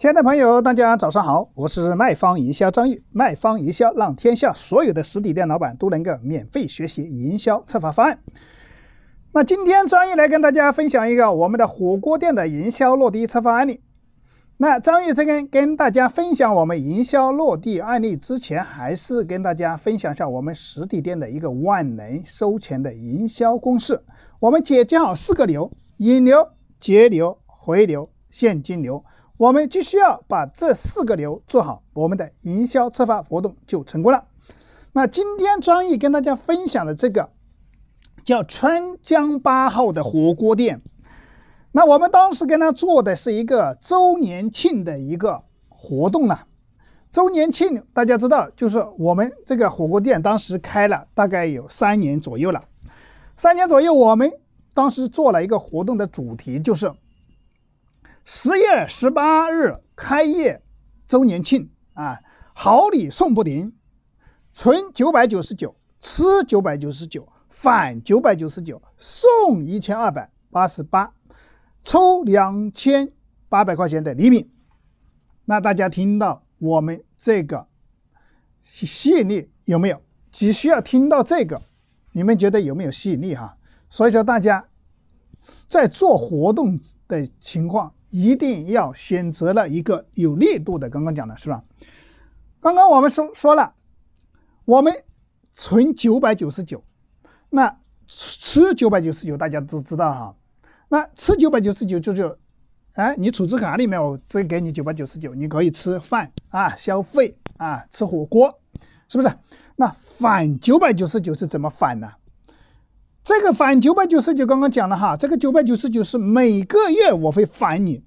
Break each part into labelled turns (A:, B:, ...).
A: 亲爱的朋友，大家早上好，我是卖方营销张玉。卖方营销让天下所有的实体店老板都能够免费学习营销策划方案。那今天张玉来跟大家分享一个我们的火锅店的营销落地策划案例。那张玉这边跟大家分享我们营销落地案例之前，还是跟大家分享一下我们实体店的一个万能收钱的营销公式。我们解决好4个流：引流、节流、回流、现金流。我们只需要把这4个流做好，我们的营销策划活动就成功了。那今天张毅跟大家分享的这个叫川江8号的火锅店，那我们当时跟他做的是一个周年庆的一个活动了。周年庆大家知道，就是我们这个火锅店当时开了大概有3年左右了。3年左右，我们当时做了一个活动的主题，就是10月18日开业周年庆啊，好礼送不停，存999，吃999，返999，送1288，抽2800块钱的礼品。那大家听到我们这个吸引力有没有？只需要听到这个，你们觉得有没有吸引力哈？所以说大家在做活动的情况，一定要选择了一个有力度的，刚刚讲的是吧？刚刚我们说了，我们存999，那吃999大家都知道哈。那吃999就是你储值卡里面我只给你999，你可以吃饭啊，消费啊，吃火锅，是不是？那返999是怎么返呢？这个返999刚刚讲了哈，这个999是每个月我会返你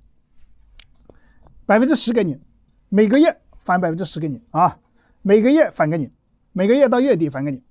A: 10%给你，每个月返10%给你啊，每个月返给你，每个月到月底返给你。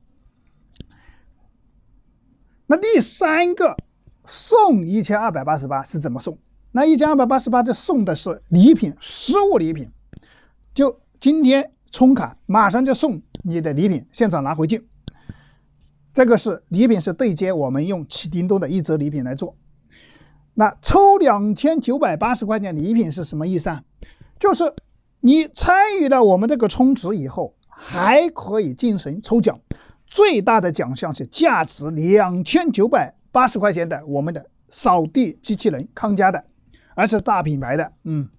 A: 那第3个送1288是怎么送？那1288这送的是礼品，实物礼品，就今天充卡马上就送你的礼品，现场拿回去。这个是礼品，是对接我们用启叮咚的1折礼品来做。那抽2980块钱礼品是什么意思啊？就是你参与了我们这个充值以后，还可以进行抽奖，最大的奖项是价值2980块钱的我们的扫地机器人康佳的，而是大品牌的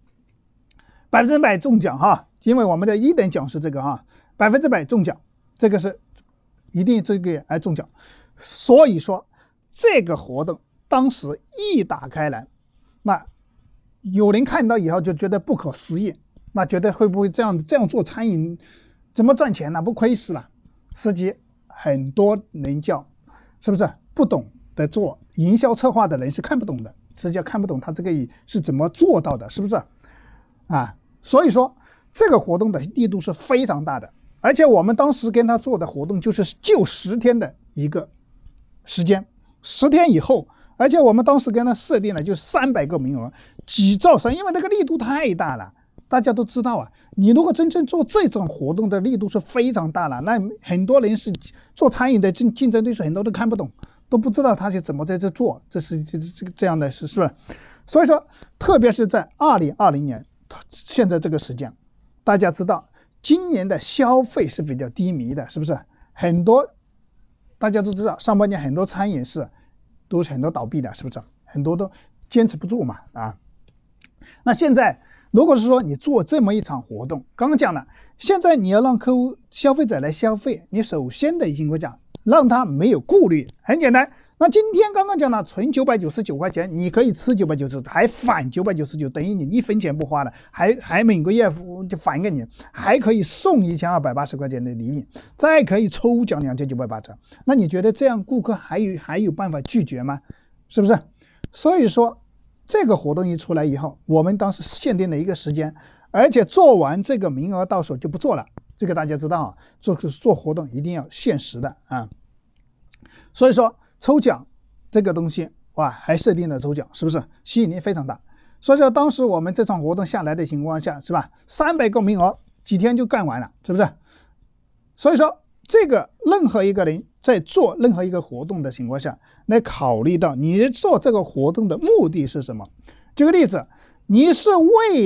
A: ，100%中奖哈，因为我们的1等奖是这个哈，100%中奖，这个是一定这个来中奖。所以说这个活动当时一打开来，那有人看到以后就觉得不可思议，那觉得会不会这样做餐饮怎么赚钱呢？不亏死了。实际很多人是不是不懂得做营销策划的人是看不懂的，实际看不懂他这个是怎么做到的，是不是啊？所以说这个活动的力度是非常大的，而且我们当时跟他做的活动就10天的一个时间，10天以后，而且我们当时跟他设定了就300个名额，几兆3，因为那个力度太大了。大家都知道啊，你如果真正做这种活动的力度是非常大了，那很多人是做餐饮的竞争对手，很多都看不懂，都不知道他是怎么在这做，这样的是不是？所以说，特别是在2020年，现在这个时间，大家知道今年的消费是比较低迷的，是不是？很多大家都知道，上半年很多餐饮都是很多倒闭的，是不是？很多都坚持不住嘛啊。那现在如果是说你做这么一场活动，刚刚讲了，现在你要让消费者来消费，你首先的情况下让他没有顾虑，很简单。那今天刚刚讲了，存999块钱，你可以吃999，还返999，等于你1分钱不花了，还每个月就返给你，还可以送1280块钱的礼品，再可以抽奖2980。那你觉得这样顾客还有办法拒绝吗？是不是？所以说这个活动一出来以后，我们当时限定了一个时间，而且做完这个名额到手就不做了。这个大家知道啊，做活动一定要限时的啊。所以说抽奖这个东西哇，还设定了抽奖，是不是吸引力非常大？所以说当时我们这场活动下来的情况下，是吧？300个名额几天就干完了，是不是？所以说这个任何一个人在做任何一个活动的情况下，来考虑到你做这个活动的目的是什么。举个例子，你是为了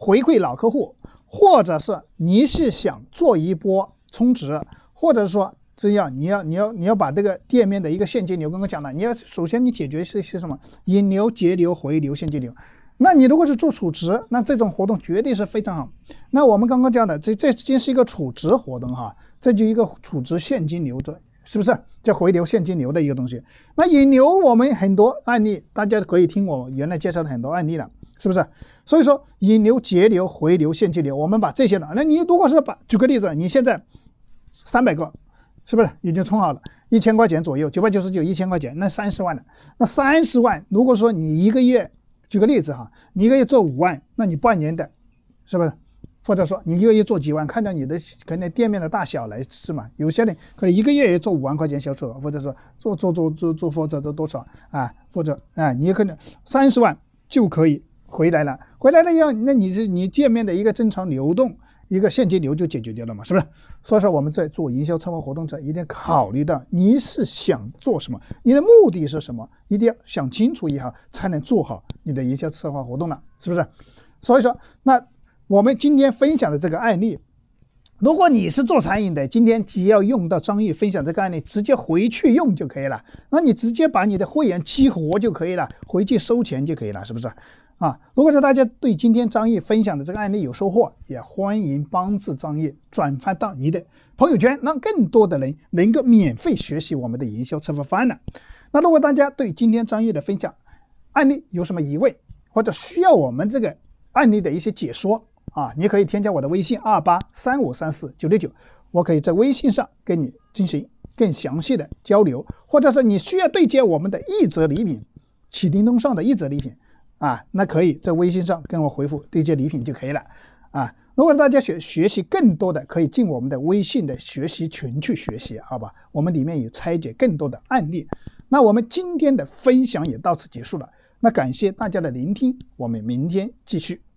A: 回馈老客户，或者是你是想做一波充值，或者说这样你要把这个店面的一个现金流，刚刚讲了，首先你解决是什么？引流、节流、回流、现金流。那你如果是做储值，那这种活动绝对是非常好。那我们刚刚讲的，这是一个储值活动哈，这就一个储值现金流的，是不是？叫回流现金流的一个东西。那引流我们很多案例，大家可以听我原来介绍的很多案例了，是不是？所以说引流、节流、回流、现金流，我们把这些了。那你如果是举个例子，你现在300个，是不是已经充好了？1000块钱左右，999 1000块钱，那30万了。那30万，如果说你一个月，举个例子哈，你一个月做5万，那你半年的，是不是？或者说你一个月做几万，看到你的可能店面的大小来是嘛？有些人可能一个月也做5万块钱销售额，或者说做或者多少啊？或者你可能30万就可以回来了，那你店面的一个正常流动，一个现金流就解决掉了嘛，是不是？所以说我们在做营销策划活动者，一定考虑到你是想做什么，你的目的是什么，一定要想清楚以后才能做好你的营销策划活动了，是不是？所以说，那我们今天分享的这个案例，如果你是做餐饮的，今天只要用到张毅分享这个案例，直接回去用就可以了。那你直接把你的会员激活就可以了，回去收钱就可以了，是不是？如果说大家对今天张毅分享的这个案例有收获，也欢迎帮助张毅转发到你的朋友圈，让更多的人能够免费学习我们的营销策划方案了。那如果大家对今天张毅的分享案例有什么疑问，或者需要我们这个案例的一些解说你可以添加我的微信2835349669，我可以在微信上跟你进行更详细的交流，或者是你需要对接我们的一折礼品，启叮咚上的一折礼品那可以在微信上跟我回复对接礼品就可以了如果大家学习更多的，可以进我们的微信的学习群去学习，好吧？我们里面有拆解更多的案例。那我们今天的分享也到此结束了，那感谢大家的聆听，我们明天继续。